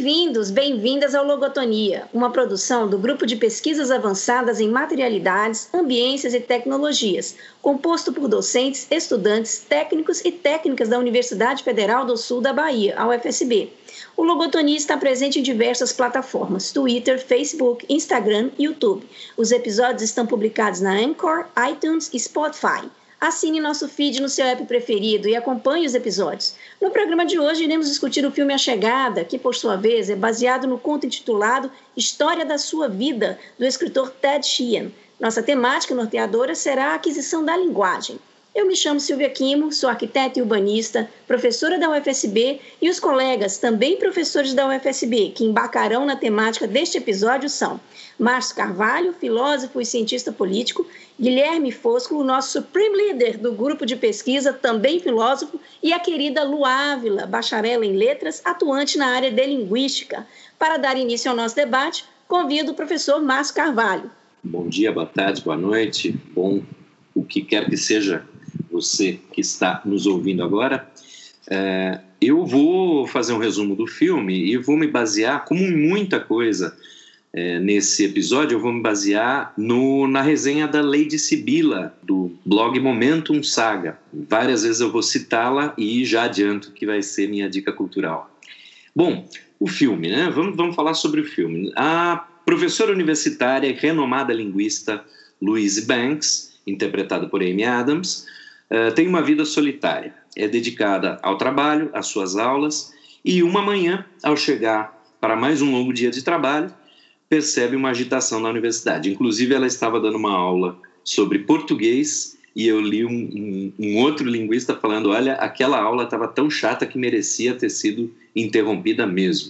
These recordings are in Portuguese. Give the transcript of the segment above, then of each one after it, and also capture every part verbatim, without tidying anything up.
Bem-vindos, bem-vindas ao Logotonia, uma produção do Grupo de Pesquisas Avançadas em Materialidades, Ambiências e Tecnologias, composto por docentes, estudantes, técnicos e técnicas da Universidade Federal do Sul da Bahia, a U F S B. O Logotonia está presente em diversas plataformas, Twitter, Facebook, Instagram e YouTube. Os episódios estão publicados na Anchor, iTunes e Spotify. Assine nosso feed no seu app preferido e acompanhe os episódios. No programa de hoje, iremos discutir o filme A Chegada, que, por sua vez, é baseado no conto intitulado História da Sua Vida, do escritor Ted Chiang. Nossa temática norteadora será a aquisição da linguagem. Eu me chamo Silvia Quimo, sou arquiteta e urbanista, professora da U F S B, e os colegas, também professores da U F S B, que embarcarão na temática deste episódio são Márcio Carvalho, filósofo e cientista político, Guilherme Fosco, o nosso Supreme Leader do grupo de pesquisa, também filósofo, e a querida Lu Ávila, bacharel em letras, atuante na área de linguística. Para dar início ao nosso debate, convido o professor Márcio Carvalho. Bom dia, boa tarde, boa noite, bom o que quer que seja você que está nos ouvindo agora. É, eu vou fazer um resumo do filme e vou me basear, como em muita coisa é, nesse episódio, eu vou me basear no, na resenha da Lady Sibila, do blog Momentum Saga. Várias vezes eu vou citá-la e já adianto que vai ser minha dica cultural. Bom, o filme, né? Vamos, vamos falar sobre o filme. A professora universitária e renomada linguista Louise Banks, interpretada por Amy Adams, uh, tem uma vida solitária. É dedicada ao trabalho, às suas aulas, e uma manhã, ao chegar para mais um longo dia de trabalho, percebe uma agitação na universidade. Inclusive, ela estava dando uma aula sobre português, e eu li um, um, um outro linguista falando, olha, aquela aula estava tão chata que merecia ter sido interrompida mesmo.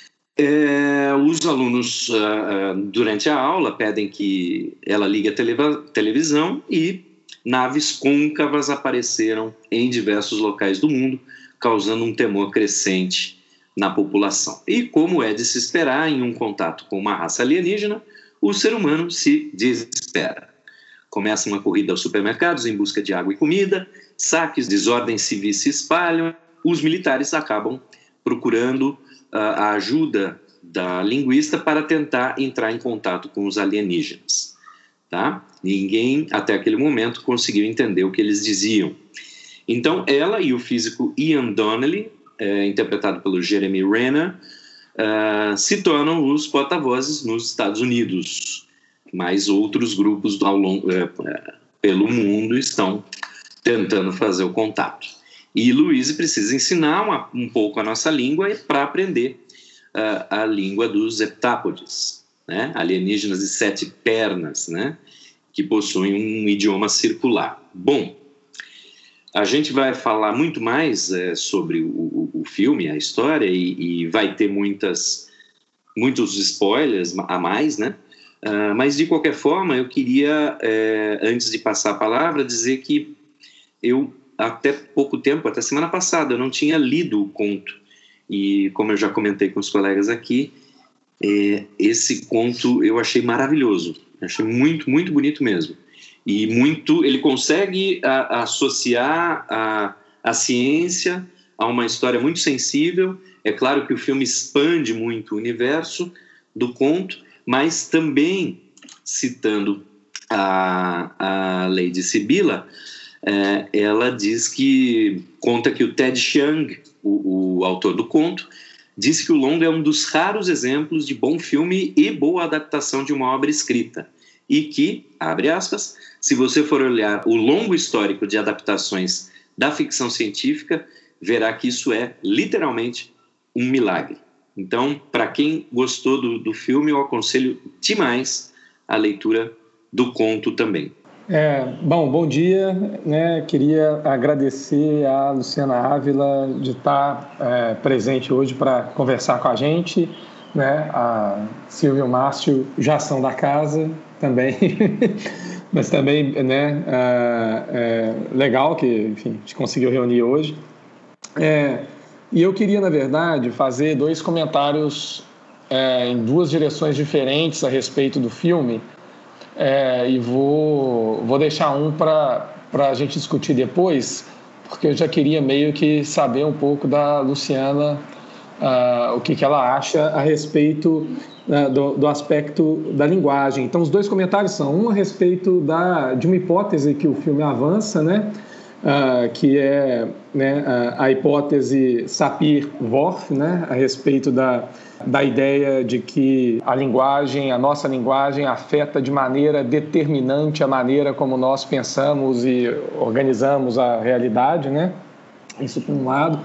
É, os alunos, uh, uh, durante a aula, pedem que ela ligue a televa- televisão e naves côncavas apareceram em diversos locais do mundo, causando um temor crescente na população. E, como é de se esperar, em um contato com uma raça alienígena, o ser humano se desespera. Começa uma corrida aos supermercados em busca de água e comida, saques, desordens civis se espalham, os militares acabam procurando a ajuda da linguista para tentar entrar em contato com os alienígenas. Tá? Ninguém, até aquele momento, conseguiu entender o que eles diziam. Então, ela e o físico Ian Donnelly, é, interpretado pelo Jeremy Renner, é, se tornam os porta-vozes nos Estados Unidos. Mas outros grupos ao longo, é, é, pelo mundo estão tentando fazer o contato. E Louise precisa ensinar uma, um pouco a nossa língua para aprender uh, a língua dos heptápodes, né? Alienígenas de sete pernas, né? Que possuem um idioma circular. Bom, a gente vai falar muito mais uh, sobre o, o, o filme, a história, e, e vai ter muitas, muitos spoilers a mais, né? Uh, mas, de qualquer forma, eu queria, uh, antes de passar a palavra, dizer que eu... até pouco tempo, até semana passada, eu não tinha lido o conto. E, como eu já comentei com os colegas aqui, é, esse conto eu achei maravilhoso. Achei muito, muito bonito mesmo. E muito, ele consegue a, a associar a, a ciência a uma história muito sensível. É claro que o filme expande muito o universo do conto, mas também, citando a, a Lady Sibila, É, ela diz que, conta que o Ted Chiang, o, o autor do conto, disse que o longa é um dos raros exemplos de bom filme e boa adaptação de uma obra escrita, e que, abre aspas, se você for olhar o longo histórico de adaptações da ficção científica, verá que isso é literalmente um milagre. Então, para quem gostou do, do filme, eu aconselho demais a leitura do conto também. É, bom, bom dia, né? Queria agradecer a Luciana Ávila de estar é, presente hoje para conversar com a gente, né? A Silvia e o Márcio já são da casa também, mas também, né? É, é legal que, enfim, a gente conseguiu reunir hoje. É, e eu queria, na verdade, fazer dois comentários é, em duas direções diferentes a respeito do filme. É, e vou, vou deixar um para a gente discutir depois, porque eu já queria meio que saber um pouco da Luciana uh, o que, que ela acha a respeito uh, do, do aspecto da linguagem. Então, os dois comentários são um a respeito da, de uma hipótese que o filme avança, né? Uh, que é, né, a, a hipótese Sapir-Whorf, né, a respeito da, da ideia de que a linguagem, a nossa linguagem, afeta de maneira determinante a maneira como nós pensamos e organizamos a realidade, né? Isso por um lado.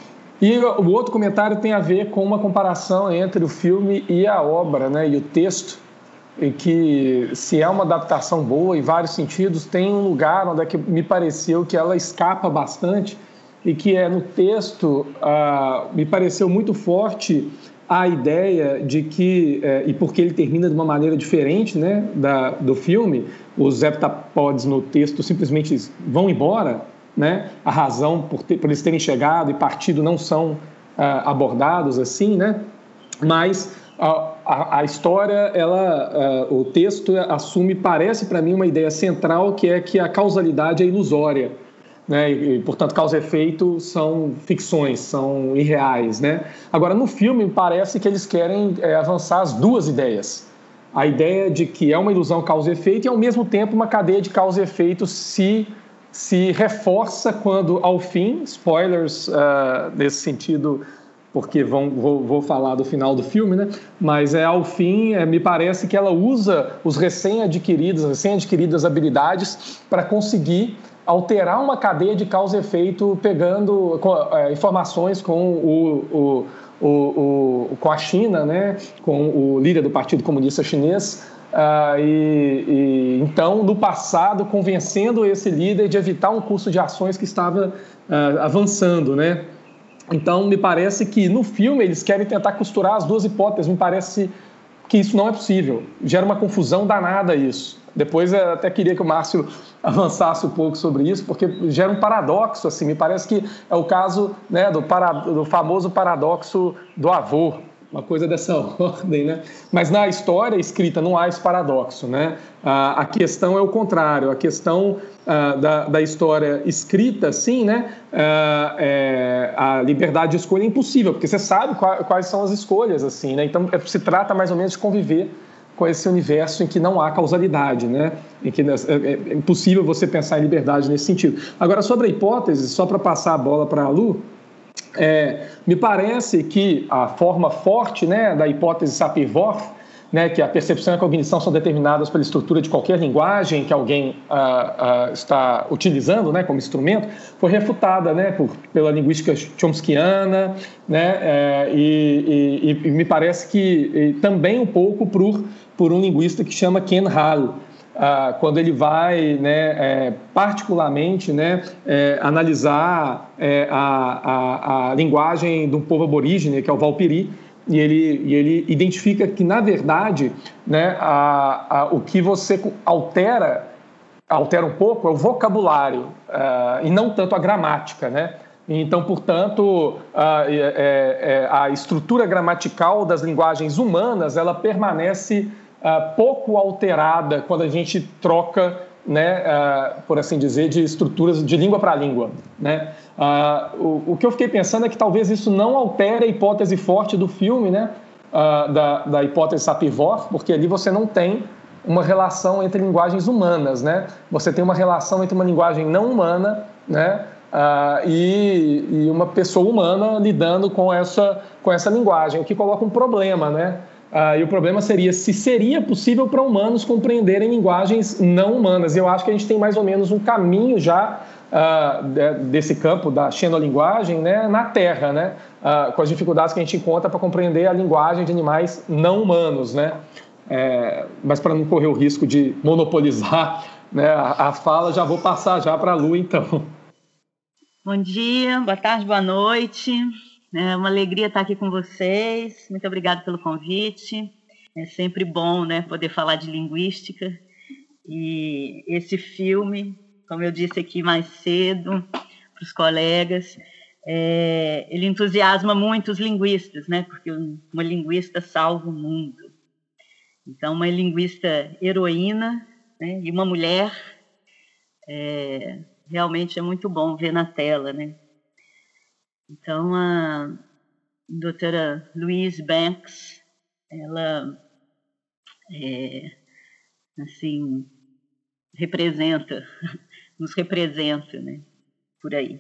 E o outro comentário tem a ver com uma comparação entre o filme e a obra, né, e o texto, e que, se é uma adaptação boa em vários sentidos, tem um lugar onde é que me pareceu que ela escapa bastante, e que é no texto, ah, me pareceu muito forte a ideia de que, eh, e porque ele termina de uma maneira diferente, né, da, do filme, os heptapods no texto simplesmente vão embora, né, a razão por, ter, por eles terem chegado e partido não são ah, abordados assim, né, mas a, a, a história, ela, uh, o texto assume, parece para mim, uma ideia central, que é que a causalidade é ilusória, né? E, e, portanto, causa e efeito são ficções, são irreais, né? Agora, no filme, parece que eles querem é, avançar as duas ideias. A ideia de que é uma ilusão causa e efeito e, ao mesmo tempo, uma cadeia de causa e efeito se, se reforça quando, ao fim, spoilers uh, nesse sentido, porque vão, vou, vou falar do final do filme, né? Mas é, ao fim, é, me parece que ela usa os recém-adquiridos, recém-adquiridas habilidades para conseguir alterar uma cadeia de causa e efeito, pegando com, é, informações com, o, o, o, o, com a China, né? Com o líder do Partido Comunista Chinês, uh, e, e então, no passado, convencendo esse líder de evitar um curso de ações que estava uh, avançando, né? Então, me parece que no filme eles querem tentar costurar as duas hipóteses. Me parece que isso não é possível. Gera uma confusão danada isso. Depois eu até queria que o Márcio avançasse um pouco sobre isso, porque gera um paradoxo, assim. Me parece que é o caso, né, do, para, do famoso paradoxo do avô, uma coisa dessa ordem, né? Mas na história escrita não há esse paradoxo, né? A, a questão é o contrário. A questão uh, da, da história escrita, sim, né? Uh, é, a liberdade de escolha é impossível, porque você sabe quais, quais são as escolhas, assim, né? Então é, se trata mais ou menos de conviver com esse universo em que não há causalidade, né? Em que é, é impossível você pensar em liberdade nesse sentido. Agora, sobre a hipótese, só para passar a bola para a Lu, É, me parece que a forma forte, né, da hipótese Sapir-Whorf, né, que a percepção e a cognição são determinadas pela estrutura de qualquer linguagem que alguém ah, ah, está utilizando, né, como instrumento, foi refutada, né, por, pela linguística chomskiana, né, é, e, e, e me parece que e também um pouco por, por um linguista que chama Ken Hall, Ah, quando ele vai, né, é, particularmente, né, é, analisar é, a, a, a linguagem de um povo aborígene, que é o Valpiri, e ele, e ele identifica que, na verdade, né, a, a, o que você altera, altera um pouco é o vocabulário, ah, e não tanto a gramática, né? Então, portanto, a, é, é, a estrutura gramatical das linguagens humanas, ela permanece Uh, pouco alterada quando a gente troca, né, uh, por assim dizer, de estruturas de língua para língua, né? Uh, o, o que eu fiquei pensando é que talvez isso não altere a hipótese forte do filme, né, uh, da, da hipótese Sapir-Whorf, porque ali você não tem uma relação entre linguagens humanas, né? Você tem uma relação entre uma linguagem não humana, né, uh, e, e uma pessoa humana lidando com essa, com essa linguagem, o que coloca um problema, né? Uh, e o problema seria se seria possível para humanos compreenderem linguagens não humanas. E eu acho que a gente tem mais ou menos um caminho já uh, de, desse campo da xenolinguagem, né, na Terra, né, uh, com as dificuldades que a gente encontra para compreender a linguagem de animais não humanos, né? É, mas para não correr o risco de monopolizar, né, a, a fala, já vou passar já para a Lu, então. Bom dia, boa tarde, boa noite. É uma alegria estar aqui com vocês. Muito obrigada pelo convite. É sempre bom, né, poder falar de linguística. E esse filme, como eu disse aqui mais cedo para os colegas, é, ele entusiasma muito os linguistas, né, porque uma linguista salva o mundo. Então, uma linguista heroína, né, e uma mulher, é, realmente é muito bom ver na tela, né? Então, a, doutora Louise Banks, ela é, assim, representa, nos representa, né, por aí.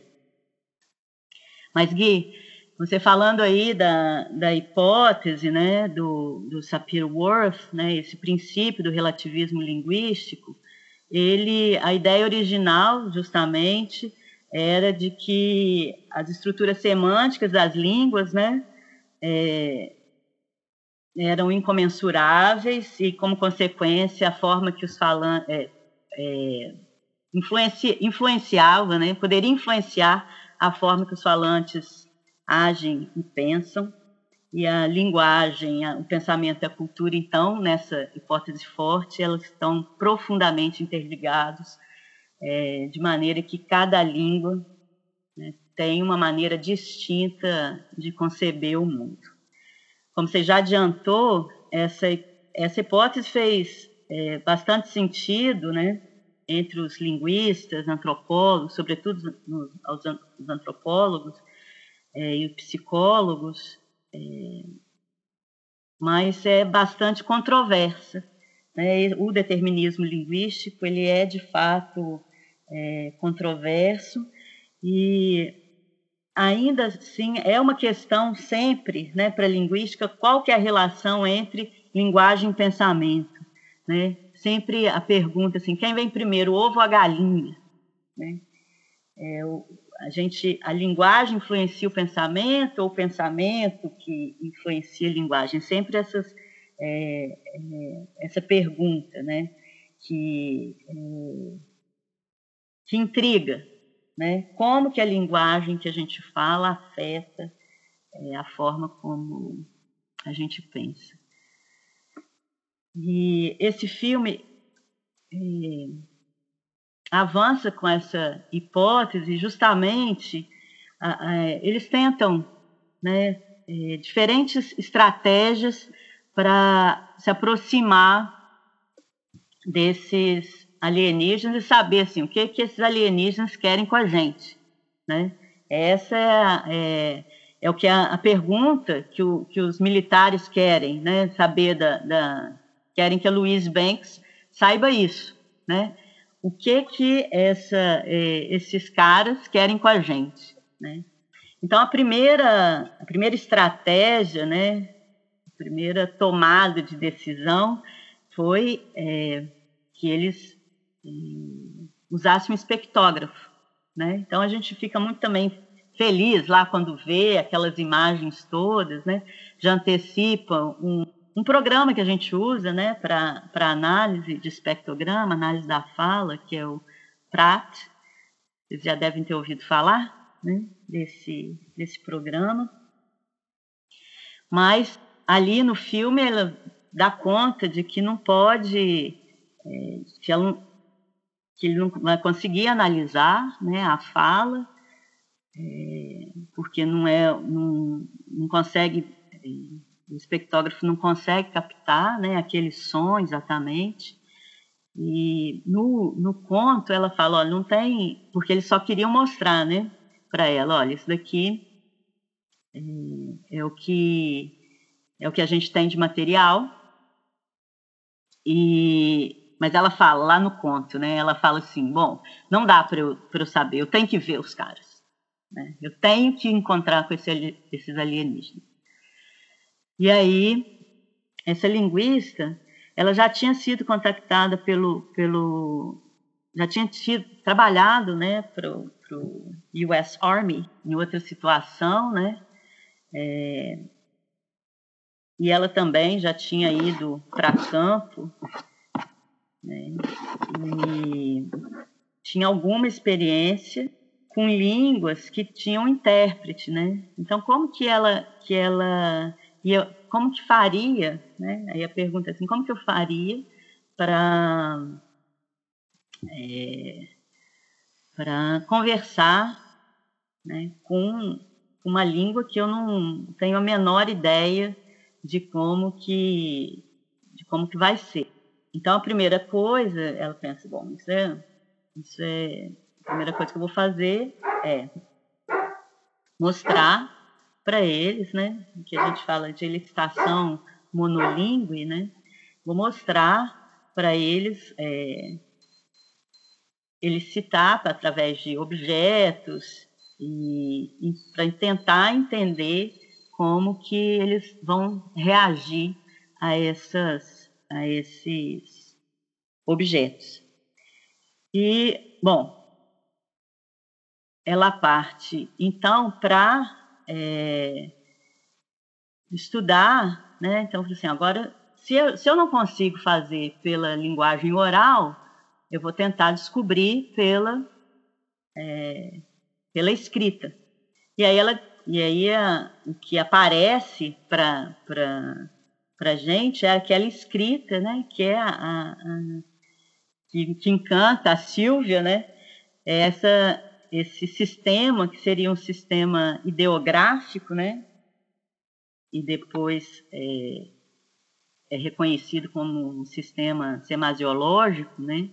Mas, Gui, você falando aí da, da hipótese, né, do, do Sapir-Whorf, né, esse princípio do relativismo linguístico, ele, a ideia original, justamente, era de que as estruturas semânticas das línguas, né, é, eram incomensuráveis e, como consequência, a forma que os falantes é, é, influencia, influenciava, né, poderia influenciar a forma que os falantes agem e pensam, e a linguagem, a, o pensamento e a cultura, então, nessa hipótese forte, elas estão profundamente interligados, é, de maneira que cada língua, né, tem uma maneira distinta de conceber o mundo. Como você já adiantou, essa, essa hipótese fez é, bastante sentido, né, entre os linguistas, antropólogos, sobretudo no, aos, os antropólogos é, e os psicólogos, é, mas é bastante controversa, né? O determinismo linguístico, ele é, de fato, é, controverso e, ainda assim, é uma questão sempre, né, para a linguística, qual que é a relação entre linguagem e pensamento, né? Sempre a pergunta assim, quem vem primeiro, o ovo ou a galinha? Né? É, o, a, gente, a linguagem influencia o pensamento ou o pensamento que influencia a linguagem? Sempre essas, é, é, essa pergunta, né, que, é, que intriga, né? Como que a linguagem que a gente fala afeta é, a forma como a gente pensa. E esse filme é, avança com essa hipótese, justamente, a, a, eles tentam, né, é, diferentes estratégias para se aproximar desses alienígenas e saber assim, o que, que esses alienígenas querem com a gente. Né? Essa é, é, é o que a, a pergunta que, o, que os militares querem, né, saber da... da querem que a Louise Banks saiba isso, né? O que que essa, eh, esses caras querem com a gente, né? Então, a primeira, a primeira estratégia, né, a primeira tomada de decisão foi é, que eles é, usassem um espectógrafo, né? Então, a gente fica muito também feliz lá quando vê aquelas imagens todas, né? Já antecipa um Um programa que a gente usa, né, para análise de espectrograma, análise da fala, que é o P R A T. Vocês já devem ter ouvido falar, né, desse, desse programa. Mas ali no filme ela dá conta de que não pode, é, que, ela, que ele não vai conseguir analisar, né, a fala, é, porque não, é, não, não consegue... É, o espectógrafo não consegue captar, né, aquele som exatamente. E no, no conto ela fala, olha, não tem... Porque eles só queriam mostrar, né, para ela, olha, isso daqui é, é, o que, é o que a gente tem de material. E, mas ela fala lá no conto, né, ela fala assim, bom, não dá para eu, para eu saber, eu tenho que ver os caras. Né, eu tenho que encontrar com esse, esses alienígenas. E aí, essa linguista, ela já tinha sido contactada pelo, pelo já tinha tido, trabalhado, né, para o U S Army, em outra situação, né, é, e ela também já tinha ido para campo, né, e tinha alguma experiência com línguas que tinham intérprete, né, então como que ela, que ela E eu, como que faria, né? Aí a pergunta é assim, como que eu faria para é, para conversar, né, com uma língua que eu não tenho a menor ideia de como que, de como que vai ser. Então, a primeira coisa, ela pensa, bom, isso é, isso é a primeira coisa que eu vou fazer é mostrar para eles, né, que a gente fala de elicitação monolíngue, né, vou mostrar para eles, é, elicitar através de objetos e, e para tentar entender como que eles vão reagir a, essas, a esses objetos. E, bom, ela parte, então, para é, estudar, né? Então, assim, agora, se eu, se eu não consigo fazer pela linguagem oral, eu vou tentar descobrir pela, é, pela escrita. E aí, ela, e aí a, o que aparece para a gente é aquela escrita, né? Que é a, a, a que, que encanta a Sílvia, né? É essa, esse sistema, que seria um sistema ideográfico, né? E depois é, é reconhecido como um sistema semasiológico, né?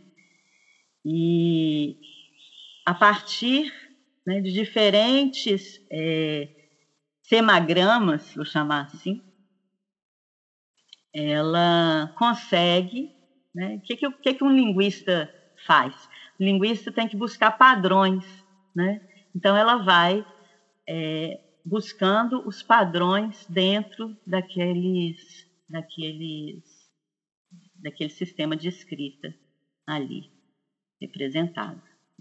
E a partir, né, de diferentes é, semagramas, vou chamar assim, ela consegue, né? O que, que, que, que um linguista faz? O linguista tem que buscar padrões, né? Então ela vai é, buscando os padrões dentro daqueles, daqueles, daquele sistema de escrita ali representado.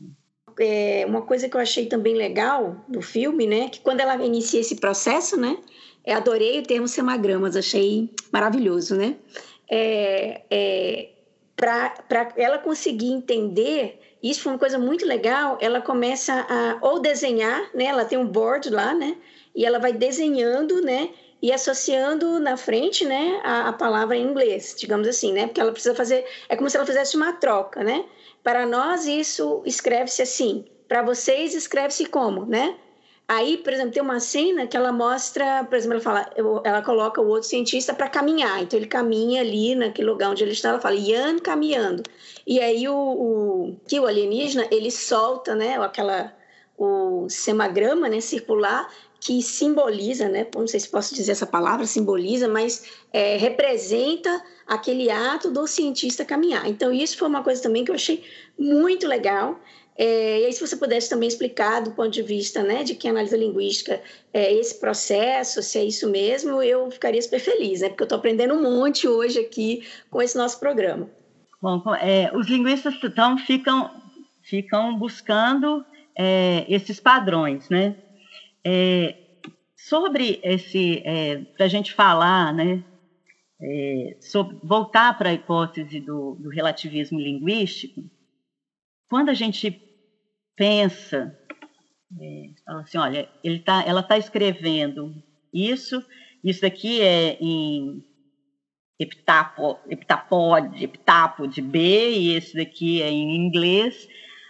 É, uma coisa que eu achei também legal do filme, né, que quando ela inicia esse processo, né, eu adorei o termo semagramas, achei maravilhoso, né, é, é, para ela conseguir entender, isso foi uma coisa muito legal, ela começa a ou desenhar, né, ela tem um board lá, né, e ela vai desenhando, né, e associando na frente, né, a, a palavra em inglês, digamos assim, né, porque ela precisa fazer, é como se ela fizesse uma troca, né. Para nós, isso escreve-se assim. Para vocês, escreve-se como, né? Aí, por exemplo, tem uma cena que ela mostra, por exemplo, ela, fala, ela coloca o outro cientista para caminhar. Então, ele caminha ali naquele lugar onde ele está. Ela fala, Ian caminhando. E aí, o, o, que o alienígena, ele solta, né? Aquela, o semagrama, né? Circular, que simboliza, né? Não sei se posso dizer essa palavra, simboliza, mas é, representa aquele ato do cientista caminhar. Então, isso foi uma coisa também que eu achei muito legal. É, e aí, se você pudesse também explicar do ponto de vista, né, de quem analisa linguística, é, esse processo, se é isso mesmo, eu ficaria super feliz, né? Porque eu estou aprendendo um monte hoje aqui com esse nosso programa. Bom, é, os linguistas então ficam, ficam buscando é, esses padrões, né? É, sobre esse, é, para a gente falar, né, é, sobre, voltar para a hipótese do, do relativismo linguístico, quando a gente pensa, é, fala assim, olha, ele tá, ela está escrevendo isso, isso daqui é em epitapo, epitapode, epitapo de B, e esse daqui é em inglês.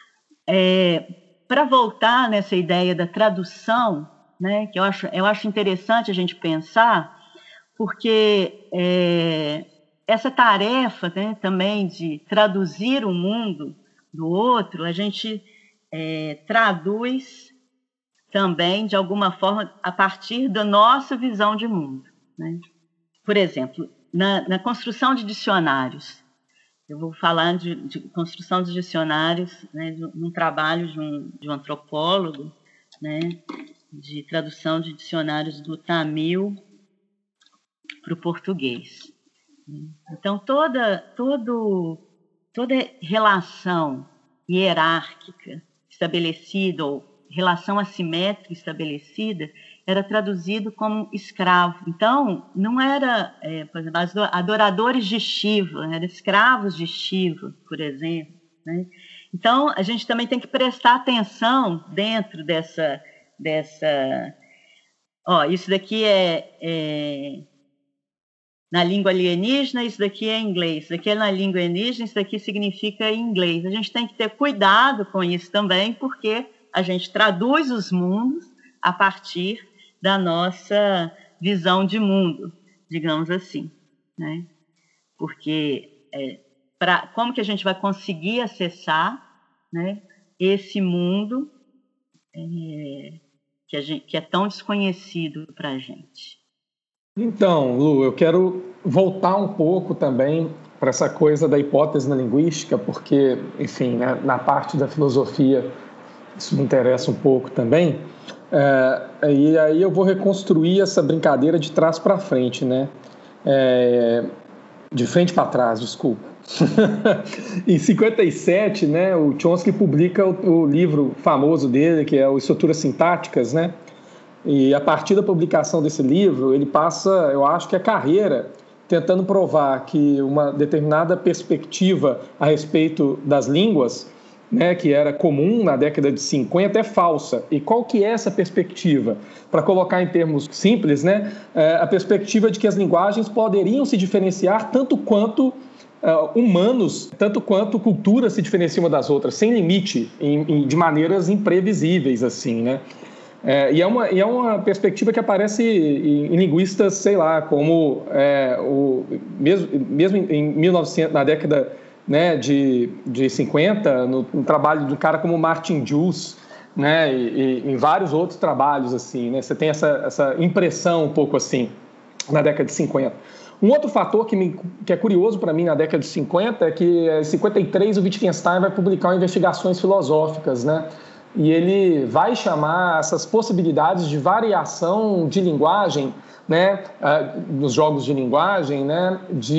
É, para voltar nessa ideia da tradução, né, que eu acho, eu acho interessante a gente pensar, porque é, essa tarefa, né, também de traduzir o mundo do outro, a gente é, traduz também, de alguma forma, a partir da nossa visão de mundo, né? Por exemplo, na, na construção de dicionários, eu vou falar de, de construção de dicionários, né, de um trabalho de um, de um antropólogo, né, de tradução de dicionários do tamil para o português. Então, toda, todo, toda relação hierárquica estabelecida, ou relação assimétrica estabelecida, era traduzido como escravo. Então, não era, é, por exemplo, adoradores de Shiva, eram escravos de Shiva, por exemplo, né? Então, a gente também tem que prestar atenção dentro dessa... dessa ó, isso daqui é, é na língua alienígena, isso daqui é inglês, isso daqui é na língua alienígena, isso daqui significa inglês. A gente tem que ter cuidado com isso também, porque a gente traduz os mundos a partir da nossa visão de mundo, digamos assim, né? Porque é, pra, como que a gente vai conseguir acessar, né, esse mundo é, que, a gente, que é tão desconhecido para a gente? Então, Lu, eu quero voltar um pouco também para essa coisa da hipótese na linguística, porque, enfim, né, na parte da filosofia isso me interessa um pouco também. É, e aí eu vou reconstruir essa brincadeira de trás para frente, né? É, de frente para trás, desculpa. Em cinquenta e sete, né, o Chomsky publica o, o livro famoso dele, que é o Estruturas Sintáticas, né? E a partir da publicação desse livro, ele passa, eu acho que a carreira tentando provar que uma determinada perspectiva a respeito das línguas, né, que era comum na década de cinquenta, é falsa. E qual que é essa perspectiva? Para colocar em termos simples, né, é a perspectiva de que as linguagens poderiam se diferenciar tanto quanto uh, humanos, tanto quanto culturas se diferenciam uma das outras, sem limite, em, em, de maneiras imprevisíveis, assim, né? É, e, é uma, e é uma perspectiva que aparece em, em linguistas, sei lá, como é, o, mesmo, mesmo em mil e novecentos, na década, né, de, de cinquenta, no, no trabalho de um cara como Martin Juice, né, e, e em vários outros trabalhos, assim, né, você tem essa, essa impressão um pouco assim, na década de cinquenta. Um outro fator que, me, que é curioso para mim na década de cinquenta é que em cinquenta e três o Wittgenstein vai publicar Investigações Filosóficas, né, e ele vai chamar essas possibilidades de variação de linguagem, né, nos jogos de linguagem, né,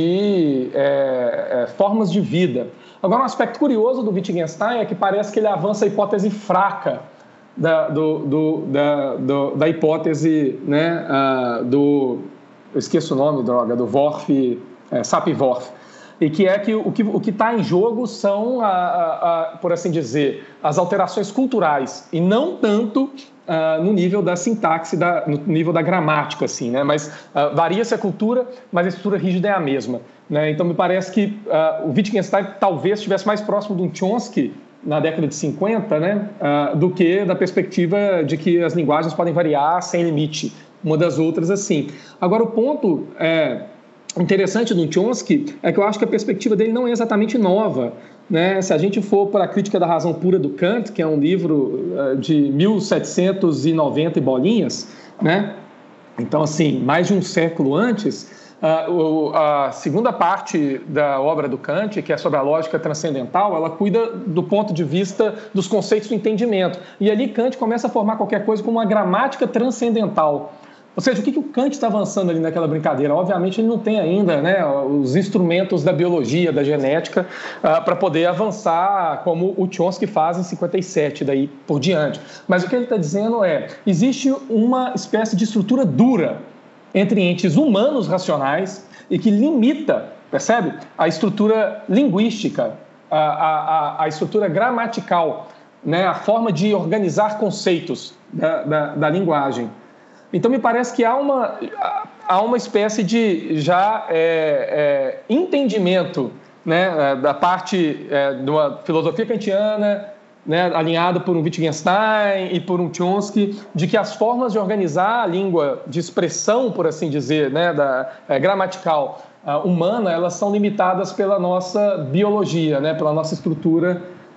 de é, é, formas de vida. Agora, um aspecto curioso do Wittgenstein é que parece que ele avança a hipótese fraca da, do, do, da, do, da hipótese, né, uh, do... Eu esqueço o nome, droga, do Worf, é, Sapir-Whorf, e que é que o que o está em jogo são, a, a, a, por assim dizer, as alterações culturais, e não tanto uh, no nível da sintaxe, da, no nível da gramática, assim, né? Mas uh, varia-se a cultura, mas a estrutura rígida é a mesma, né? Então, me parece que uh, o Wittgenstein talvez estivesse mais próximo de um Chomsky na década de cinquenta, né? Uh, do que da perspectiva de que as linguagens podem variar sem limite, uma das outras, assim. Agora, o ponto é... interessante do Chomsky é que eu acho que a perspectiva dele não é exatamente nova, né? Se a gente for para a Crítica da Razão Pura do Kant, que é um livro uh, de mil setecentos e noventa e bolinhas, né? Então, assim, mais de um século antes, uh, o, a segunda parte da obra do Kant, que é sobre a lógica transcendental, ela cuida do ponto de vista dos conceitos do entendimento. E ali Kant começa a formar qualquer coisa como uma gramática transcendental. Ou seja, o que, que o Kant está avançando ali naquela brincadeira? Obviamente ele não tem ainda, né, os instrumentos da biologia, da genética, uh, para poder avançar como o Chomsky faz em cinquenta e sete, daí por diante. Mas o que ele está dizendo é, existe uma espécie de estrutura dura entre entes humanos racionais e que limita, percebe, a estrutura linguística, a, a, a estrutura gramatical, né, a forma de organizar conceitos da, da, da linguagem. Então, me parece que há uma, há uma espécie de já é, é, entendimento, né, da parte é, de uma filosofia kantiana, né, alinhado por um Wittgenstein e por um Chomsky, de que as formas de organizar a língua de expressão, por assim dizer, né, da, é, gramatical uh, humana, elas são limitadas pela nossa biologia, né, pela nossa estrutura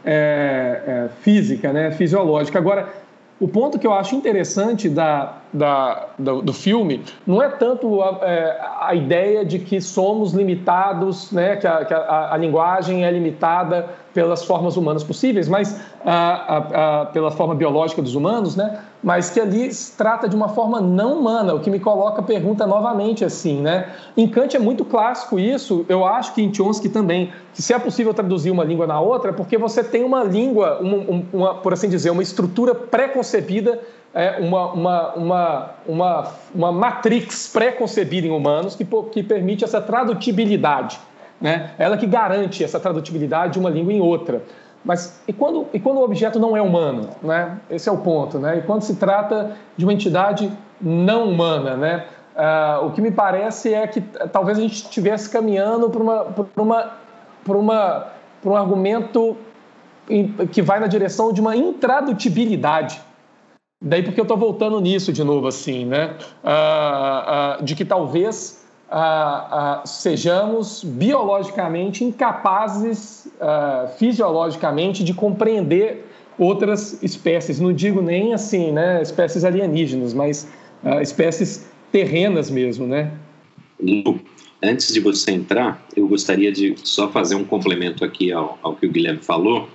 é, é, física, né, fisiológica. Agora, o ponto que eu acho interessante da, da, do, do filme não é tanto a, é, a ideia de que somos limitados, né, que, a, que a, a linguagem é limitada pelas formas humanas possíveis, mas a, a, a, pela forma biológica dos humanos, né, mas que ali se trata de uma forma não humana, o que me coloca a pergunta novamente assim, né? Em Kant é muito clássico isso, eu acho que em Chomsky também, que se é possível traduzir uma língua na outra, é porque você tem uma língua, uma, uma, por assim dizer, uma estrutura pré-concebida, é, uma, uma, uma, uma, uma matrix pré-concebida em humanos que, que permite essa tradutibilidade, né? Ela que garante essa tradutibilidade de uma língua em outra. Mas e quando, e quando o objeto não é humano, né? Esse é o ponto, né? E quando se trata de uma entidade não humana, né? Ah, o que me parece é que talvez a gente estivesse caminhando para uma, para uma, para uma, para um argumento que vai na direção de uma intradutibilidade. Daí porque eu estou voltando nisso de novo, assim, né? Ah, ah, de que talvez ah, ah, sejamos biologicamente incapazes, ah, fisiologicamente, de compreender outras espécies. Não digo nem assim, né, espécies alienígenas, mas uh, espécies terrenas mesmo, né? Lu, antes de você entrar, eu gostaria de só fazer um complemento aqui ao, ao que o Guilherme falou,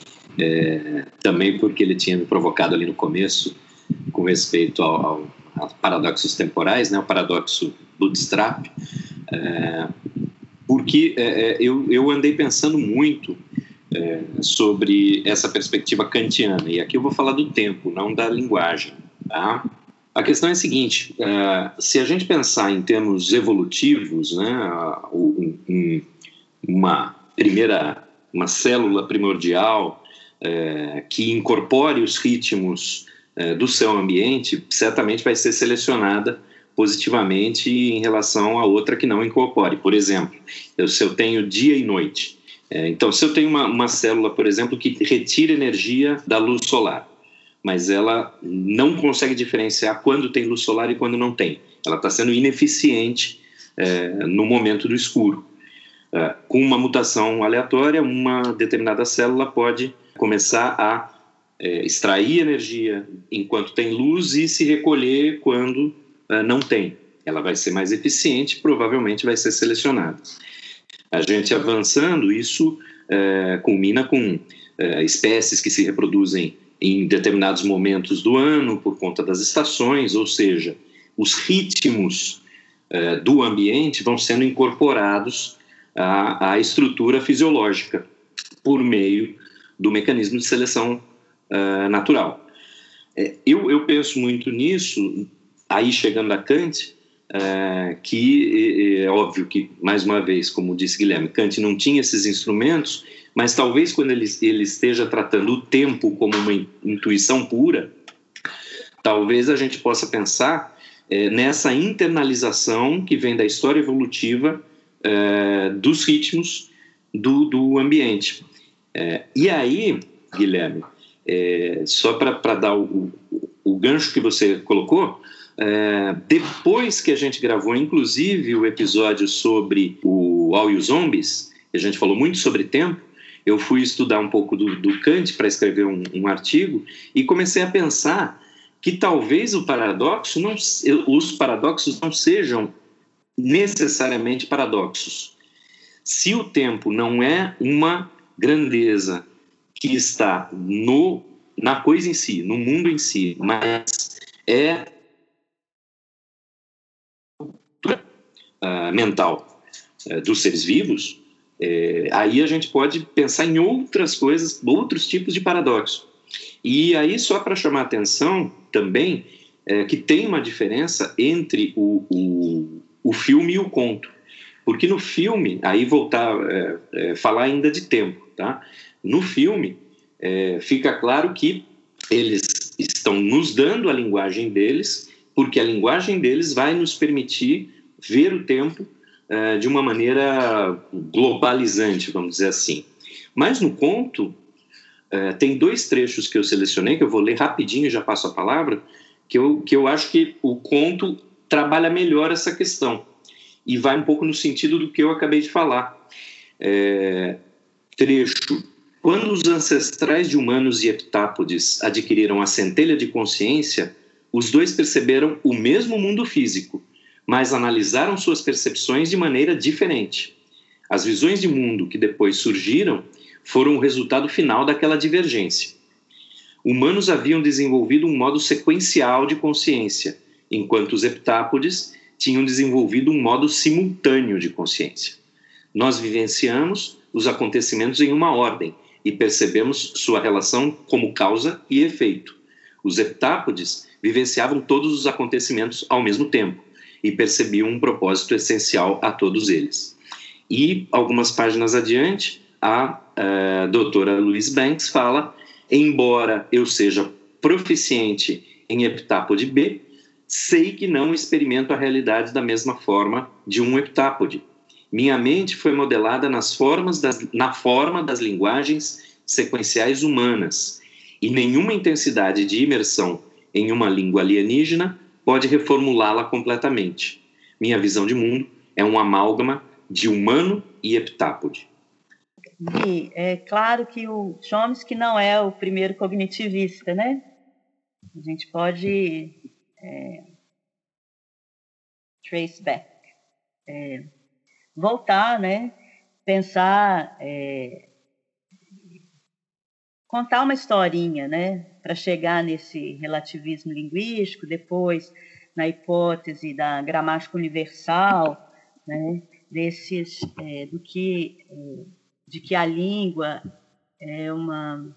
é, também porque ele tinha me provocado ali no começo com respeito ao, ao, aos paradoxos temporais, né, o paradoxo bootstrap, é, porque é, eu, eu andei pensando muito é, sobre essa perspectiva kantiana, e aqui eu vou falar do tempo, não da linguagem, tá? A questão é a seguinte, uh, se a gente pensar em termos evolutivos, né, um, um, uma primeira, uma célula primordial uh, que incorpore os ritmos uh, do seu ambiente, certamente vai ser selecionada positivamente em relação a outra que não incorpore. Por exemplo, eu, se eu tenho dia e noite, uh, então se eu tenho uma, uma célula, por exemplo, que retira energia da luz solar, mas ela não consegue diferenciar quando tem luz solar e quando não tem. Ela está sendo ineficiente é, no momento do escuro. É, com uma mutação aleatória, uma determinada célula pode começar a é, extrair energia enquanto tem luz e se recolher quando é, não tem. Ela vai ser mais eficiente, provavelmente vai ser selecionada. A gente avançando, isso é, culmina com é, espécies que se reproduzem em determinados momentos do ano, por conta das estações, ou seja, os ritmos eh, do ambiente vão sendo incorporados à, à estrutura fisiológica por meio do mecanismo de seleção eh, natural. Eh, eu, eu penso muito nisso, aí chegando a Kant, eh, que é, é óbvio que, mais uma vez, como disse Guilherme, Kant não tinha esses instrumentos, mas talvez quando ele, ele esteja tratando o tempo como uma intuição pura, talvez a gente possa pensar é, nessa internalização que vem da história evolutiva é, dos ritmos do, do ambiente. É, e aí, Guilherme, é, só para dar o, o, o gancho que você colocou, é, depois que a gente gravou, inclusive, o episódio sobre o All You Zombies, a gente falou muito sobre tempo, eu fui estudar um pouco do, do Kant para escrever um, um artigo e comecei a pensar que talvez o paradoxo não, os paradoxos não sejam necessariamente paradoxos. Se o tempo não é uma grandeza que está no, na coisa em si, no mundo em si, mas é uh, mental uh, dos seres vivos, É, aí a gente pode pensar em outras coisas, outros tipos de paradoxo. E aí, só para chamar a atenção também, é, que tem uma diferença entre o, o, o filme e o conto. Porque no filme, aí voltar, é, é, falar ainda de tempo, tá? No filme, é, fica claro que eles estão nos dando a linguagem deles, porque a linguagem deles vai nos permitir ver o tempo de uma maneira globalizante, vamos dizer assim. Mas no conto, tem dois trechos que eu selecionei, que eu vou ler rapidinho e já passo a palavra, que eu, que eu acho que o conto trabalha melhor essa questão, e vai um pouco no sentido do que eu acabei de falar. É, trecho. Quando os ancestrais de humanos e heptápodes adquiriram a centelha de consciência, os dois perceberam o mesmo mundo físico, mas analisaram suas percepções de maneira diferente. As visões de mundo que depois surgiram foram o resultado final daquela divergência. Humanos haviam desenvolvido um modo sequencial de consciência, enquanto os heptápodes tinham desenvolvido um modo simultâneo de consciência. Nós vivenciamos os acontecimentos em uma ordem e percebemos sua relação como causa e efeito. Os heptápodes vivenciavam todos os acontecimentos ao mesmo tempo e percebiam um propósito essencial a todos eles. E, algumas páginas adiante, a, a doutora Louise Banks fala: embora eu seja proficiente em heptápode B, sei que não experimento a realidade da mesma forma de um heptápode. Minha mente foi modelada nas formas das, na forma das linguagens sequenciais humanas, e nenhuma intensidade de imersão em uma língua alienígena pode reformulá-la completamente. Minha visão de mundo é um amálgama de humano e heptápode. E é claro que o Chomsky não é o primeiro cognitivista, né? A gente pode é, trace back, é, voltar, né? Pensar, é, contar uma historinha, né? Para chegar nesse relativismo linguístico, depois na hipótese da gramática universal, né? Desses, é, do que, é, de que a língua é uma,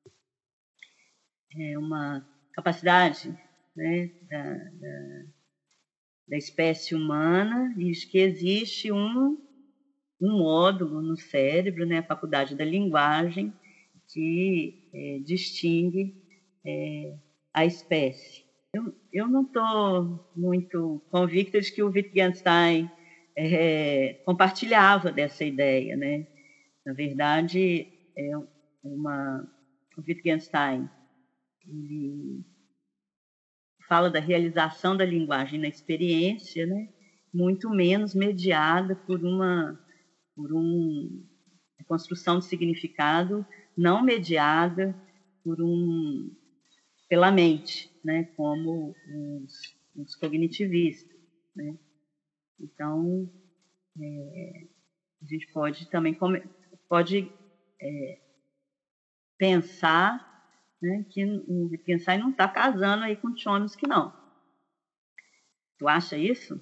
é uma capacidade, né? da, da, da espécie humana, e de que existe um, um módulo no cérebro, né? A faculdade da linguagem, que é, distingue é, a espécie. Eu, eu não estou muito convicta de que o Wittgenstein é, compartilhava dessa ideia, né? Na verdade, é uma, o Wittgenstein ele fala da realização da linguagem na experiência, né? Muito menos mediada por uma, por um, construção de significado não mediada por um, pela mente, né? Como os, os cognitivistas, né? Então, é, a gente pode também come, pode é, pensar, né, que o Wittgenstein não está casando aí com Chomsky, não. Tu acha isso?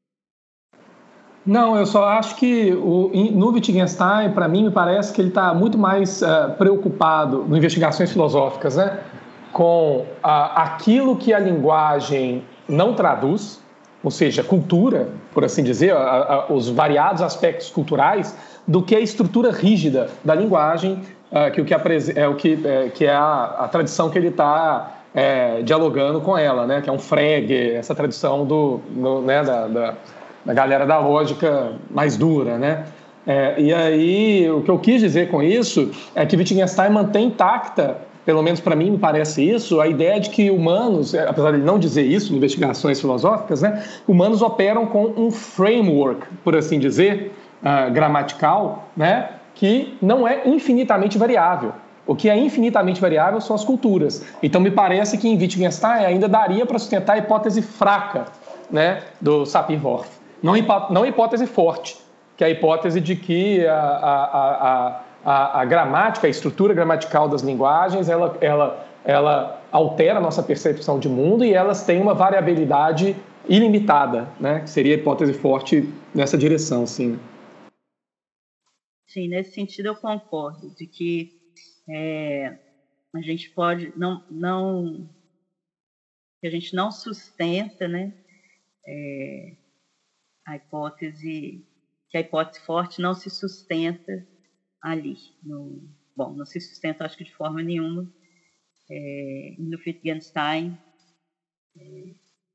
Não, eu só acho que o, no Wittgenstein, para mim, me parece que ele está muito mais uh, preocupado, em investigações filosóficas, né, com uh, aquilo que a linguagem não traduz, ou seja, cultura, por assim dizer, a, a, os variados aspectos culturais, do que a estrutura rígida da linguagem, uh, que, o que, é, o que, é, que é a, a tradição que ele está é, dialogando com ela, né, que é um Frege, essa tradição do, no, né, da, da da galera da lógica mais dura, né? É, e aí, o que eu quis dizer com isso é que Wittgenstein mantém intacta, pelo menos para mim me parece isso, a ideia de que humanos, apesar de ele não dizer isso em investigações filosóficas, né, humanos operam com um framework, por assim dizer, uh, gramatical, né, que não é infinitamente variável. O que é infinitamente variável são as culturas. Então, me parece que em Wittgenstein ainda daria para sustentar a hipótese fraca, né, do Sapir-Whorf. Não, não hipótese forte, que é a hipótese de que a, a, a, a, a gramática, a estrutura gramatical das linguagens, ela, ela, ela altera a nossa percepção de mundo e elas têm uma variabilidade ilimitada, né? Que seria a hipótese forte nessa direção, sim. Sim, nesse sentido eu concordo, de que é, a gente pode, não, não, que a gente não sustenta, né? É, a hipótese, que a hipótese forte não se sustenta ali. No, bom, não se sustenta, acho que de forma nenhuma. É, no Wittgenstein, é,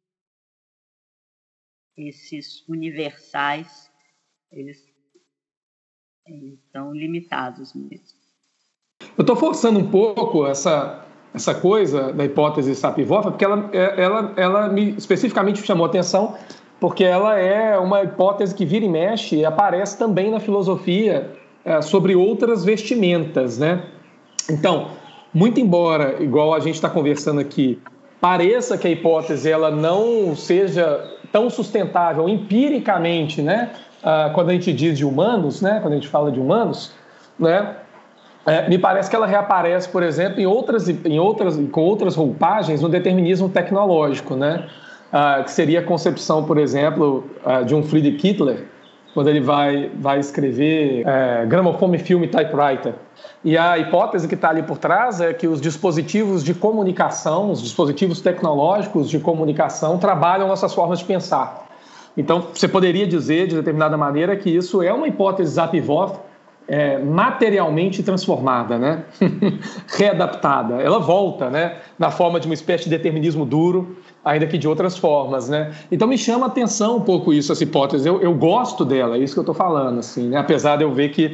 esses universais, eles, eles estão limitados mesmo. Eu estou forçando um pouco essa, essa coisa da hipótese Sapir-Whorf, porque ela, ela, ela me especificamente chamou a atenção, porque ela é uma hipótese que vira e mexe e aparece também na filosofia é, sobre outras vestimentas, né? Então, muito embora, igual a gente está conversando aqui, pareça que a hipótese ela não seja tão sustentável empiricamente, né? Ah, quando a gente diz de humanos, né? Quando a gente fala de humanos, né? É, me parece que ela reaparece, por exemplo, em outras, em outras, com outras roupagens no determinismo tecnológico, né? Uh, que seria a concepção, por exemplo, uh, de um Friedrich Kittler, quando ele vai, vai escrever uh, Gramophone Film Typewriter. E a hipótese que está ali por trás é que os dispositivos de comunicação, os dispositivos tecnológicos de comunicação trabalham nossas formas de pensar. Então, você poderia dizer, de determinada maneira, que isso é uma hipótese Sapir-Whorf é, materialmente transformada, né? Readaptada. Ela volta, né? Na forma de uma espécie de determinismo duro, ainda que de outras formas, né? Então me chama a atenção um pouco isso, essa hipótese. Eu, eu gosto dela, é isso que eu estou falando, assim, né? Apesar de eu ver que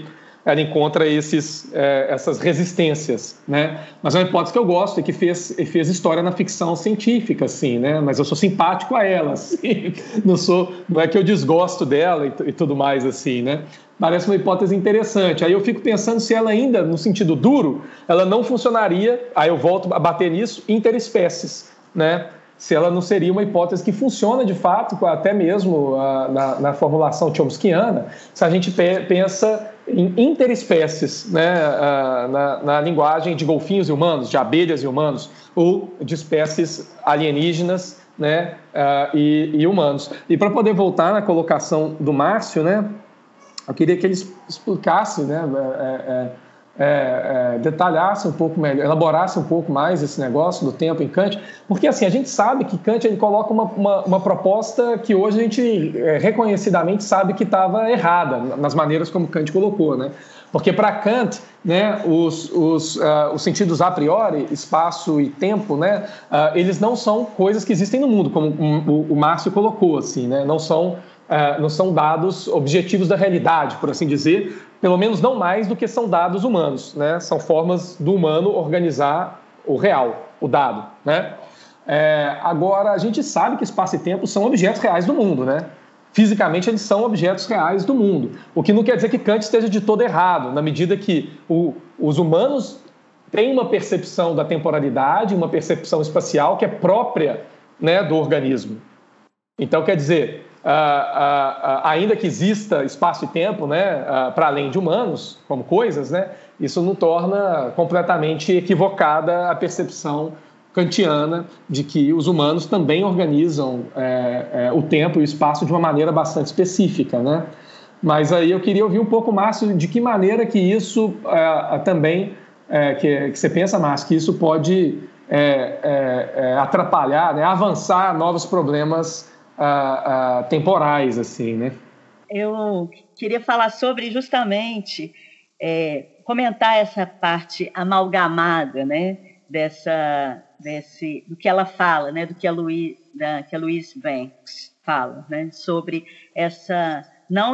ela encontra esses, é, essas resistências, né? Mas é uma hipótese que eu gosto e que fez, e fez história na ficção científica, assim, né? Mas eu sou simpático a ela, assim. Não sou, não é que eu desgosto dela e, e tudo mais, assim, né? Parece uma hipótese interessante. Aí eu fico pensando se ela ainda, no sentido duro, ela não funcionaria, aí eu volto a bater nisso, interespécies, né? Se ela não seria uma hipótese que funciona de fato, até mesmo a, na, na formulação chomskiana, se a gente pe- pensa em interespécies, né, a, na, na linguagem de golfinhos e humanos, de abelhas e humanos, ou de espécies alienígenas, né, a, e, e humanos. E para poder voltar na colocação do Márcio, né, eu queria que ele explicasse, né, é, é, É, é, detalhasse um pouco melhor, elaborasse um pouco mais esse negócio do tempo em Kant, porque assim, a gente sabe que Kant ele coloca uma, uma, uma proposta que hoje a gente é, reconhecidamente sabe que estava errada, nas maneiras como Kant colocou, né? Porque para Kant, né, os, os, uh, os sentidos a priori, espaço e tempo, né, uh, eles não são coisas que existem no mundo, como o, o Márcio colocou, assim, né? Não são Uh, não são dados objetivos da realidade, por assim dizer, pelo menos não mais do que são dados humanos, né? São formas do humano organizar o real, o dado, né? É, agora, a gente sabe que espaço e tempo são objetos reais do mundo, né? Fisicamente, eles são objetos reais do mundo, o que não quer dizer que Kant esteja de todo errado, na medida que o, os humanos têm uma percepção da temporalidade, uma percepção espacial que é própria, né, do organismo. Então, quer dizer, Uh, uh, uh, ainda que exista espaço e tempo, né, uh, para além de humanos, como coisas, né, isso não torna completamente equivocada a percepção kantiana de que os humanos também organizam é, é, o tempo e o espaço de uma maneira bastante específica, né? Mas aí eu queria ouvir um pouco, Márcio, de que maneira que isso uh, também, uh, que, que você pensa, Márcio, que isso pode é, é, é, atrapalhar, né, avançar novos problemas Uh, uh, temporais, assim, né? Eu queria falar sobre justamente é, comentar essa parte amalgamada, né, dessa, desse, do que ela fala, né, do que a Louise, da, que a Louise Banks fala, né, sobre essa não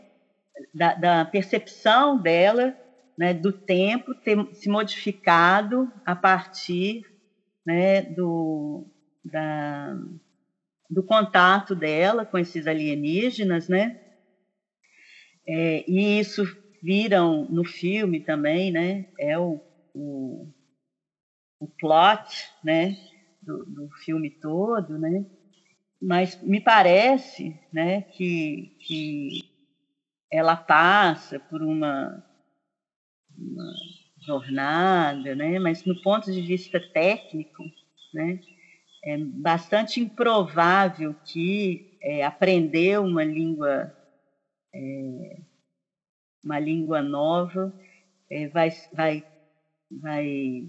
da, da percepção dela, né, do tempo ter se modificado a partir, né, do da do contato dela com esses alienígenas, né? É, e isso viram no filme também, né? É o, o, o plot, né? Do, do filme todo, né? Mas me parece, né? Que, que ela passa por uma, uma jornada, né? Mas no ponto de vista técnico, né? É bastante improvável que é, aprender uma língua, é, uma língua nova é, vai, vai, vai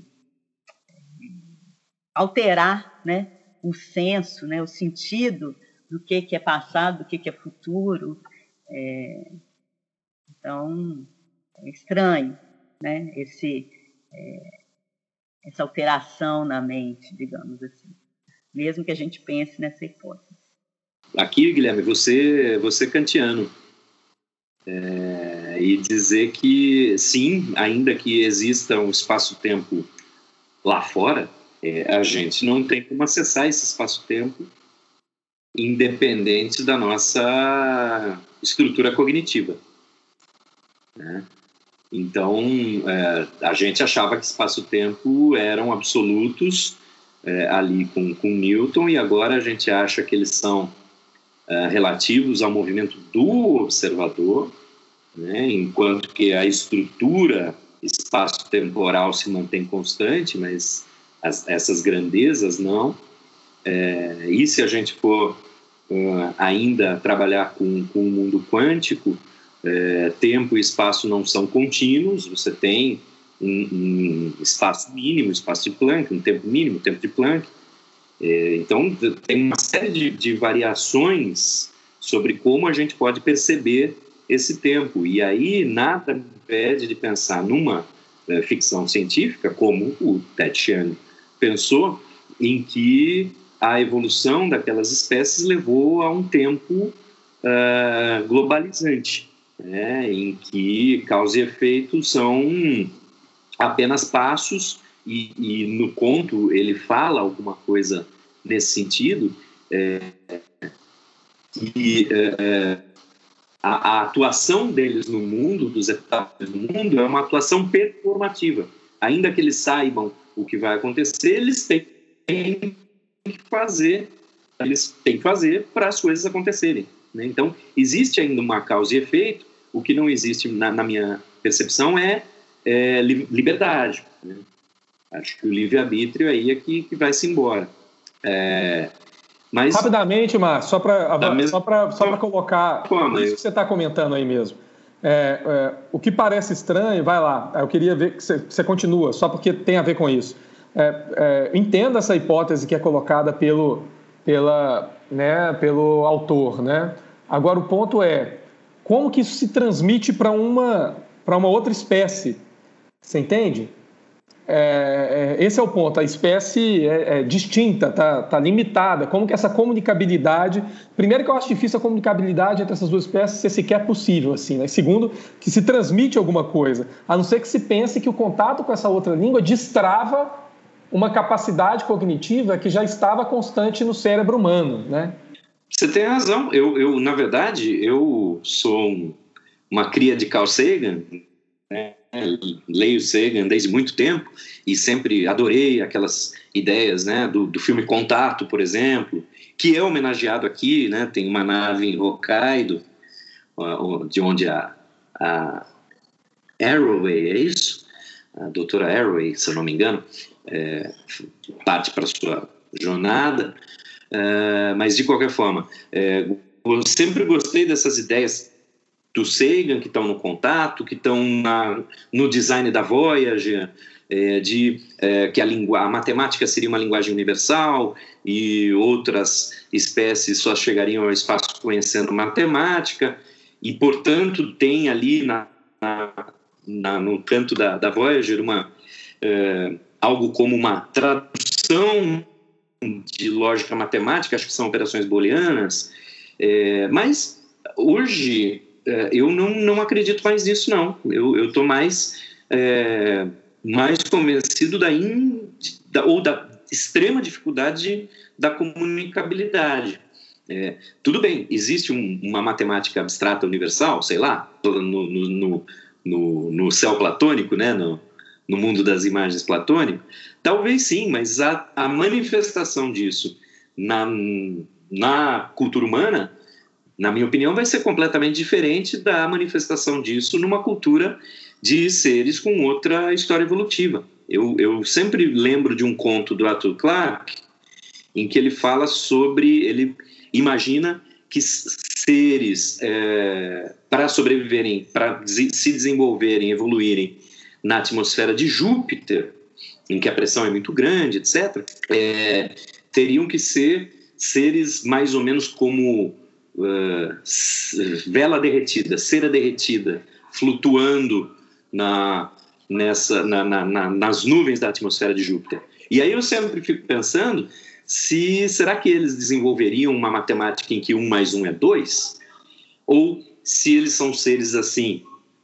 alterar, né, o senso, né, o sentido do que, que é passado, do que, que é futuro. É, então, é estranho, né, esse, é, essa alteração na mente, digamos assim. Mesmo que a gente pense nessa hipótese. Aqui, Guilherme, você, você é kantiano. É, e dizer que, sim, ainda que exista um espaço-tempo lá fora, é, a gente não tem como acessar esse espaço-tempo independente da nossa estrutura cognitiva, né? Então, é, a gente achava que espaço-tempo eram absolutos, É, ali com, com Newton, e agora a gente acha que eles são é, relativos ao movimento do observador, né, enquanto que a estrutura espaço-temporal se mantém constante, mas as, essas grandezas não. É, e se a gente for uh, ainda trabalhar com, com o mundo quântico, é, tempo e espaço não são contínuos, você tem Um, um espaço mínimo, espaço de Planck, um tempo mínimo, tempo de Planck. É, então, tem uma série de, de variações sobre como a gente pode perceber esse tempo. E aí, nada me impede de pensar numa é, ficção científica, como o Ted Chiang pensou, em que a evolução daquelas espécies levou a um tempo uh, globalizante, né, em que causa e efeito são apenas passos, e, e no conto ele fala alguma coisa nesse sentido, é, e é, a, a atuação deles no mundo, dos etapas do mundo, é uma atuação performativa. Ainda que eles saibam o que vai acontecer, eles têm que fazer, eles têm que fazer para as coisas acontecerem, né? Então, existe ainda uma causa e efeito. O que não existe, na, na minha percepção, é, é liberdade, né? Acho que o livre-arbítrio aí é que, que vai-se embora. É, mas, rapidamente, Márcio, só para só para só para colocar como? Isso que você está comentando aí mesmo. É, é, o que parece estranho, vai lá, eu queria ver que você, você continua, só porque tem a ver com isso. É, é, entenda essa hipótese que é colocada pelo, pela, né, pelo autor, né? Agora, o ponto é, como que isso se transmite para uma, para uma outra espécie? Você entende? É, é, esse é o ponto, a espécie é, é distinta, tá, tá limitada. Como que essa comunicabilidade... Primeiro que eu acho difícil a comunicabilidade entre essas duas espécies ser sequer possível, assim, né? Segundo, que se transmite alguma coisa, a não ser que se pense que o contato com essa outra língua destrava uma capacidade cognitiva que já estava constante no cérebro humano, né? Você tem razão. Eu, eu na verdade, eu sou um, uma cria de Carl Sagan, né? Leio Sagan desde muito tempo e sempre adorei aquelas ideias, né, do, do filme Contato, por exemplo, que é homenageado aqui, né? Tem uma nave em Hokkaido, de onde a, a Arroway, é isso? A doutora Arroway, se eu não me engano, é, parte para a sua jornada, é, mas de qualquer forma, é, eu sempre gostei dessas ideias do Sagan, que estão no Contato, que estão na, no design da Voyager, é, de é, que a, língua, a matemática seria uma linguagem universal e outras espécies só chegariam ao espaço conhecendo matemática, e, portanto, tem ali na, na, na, no canto da, da Voyager uma, é, algo como uma tradução de lógica matemática, acho que são operações booleanas, é, mas hoje eu não, não acredito mais nisso, não. Eu estou mais, é, mais convencido da, in, da, ou da extrema dificuldade da comunicabilidade. É, tudo bem, existe um, uma matemática abstrata universal, sei lá, no, no, no, no, no céu platônico, né, no, no mundo das imagens platônico? Talvez sim, mas a, a manifestação disso na, na cultura humana, na minha opinião, vai ser completamente diferente da manifestação disso numa cultura de seres com outra história evolutiva. Eu, eu sempre lembro de um conto do Arthur Clarke, em que ele fala sobre, ele imagina que seres, é, para sobreviverem, para se desenvolverem, evoluírem na atmosfera de Júpiter, em que a pressão é muito grande, etcétera, é, teriam que ser seres mais ou menos como Uh, vela derretida, cera derretida, flutuando na, nessa, na, na, na, nas nuvens da atmosfera de Júpiter. E aí eu sempre fico pensando, se, será que eles desenvolveriam uma matemática em que um mais um é dois? Ou se eles são seres assim,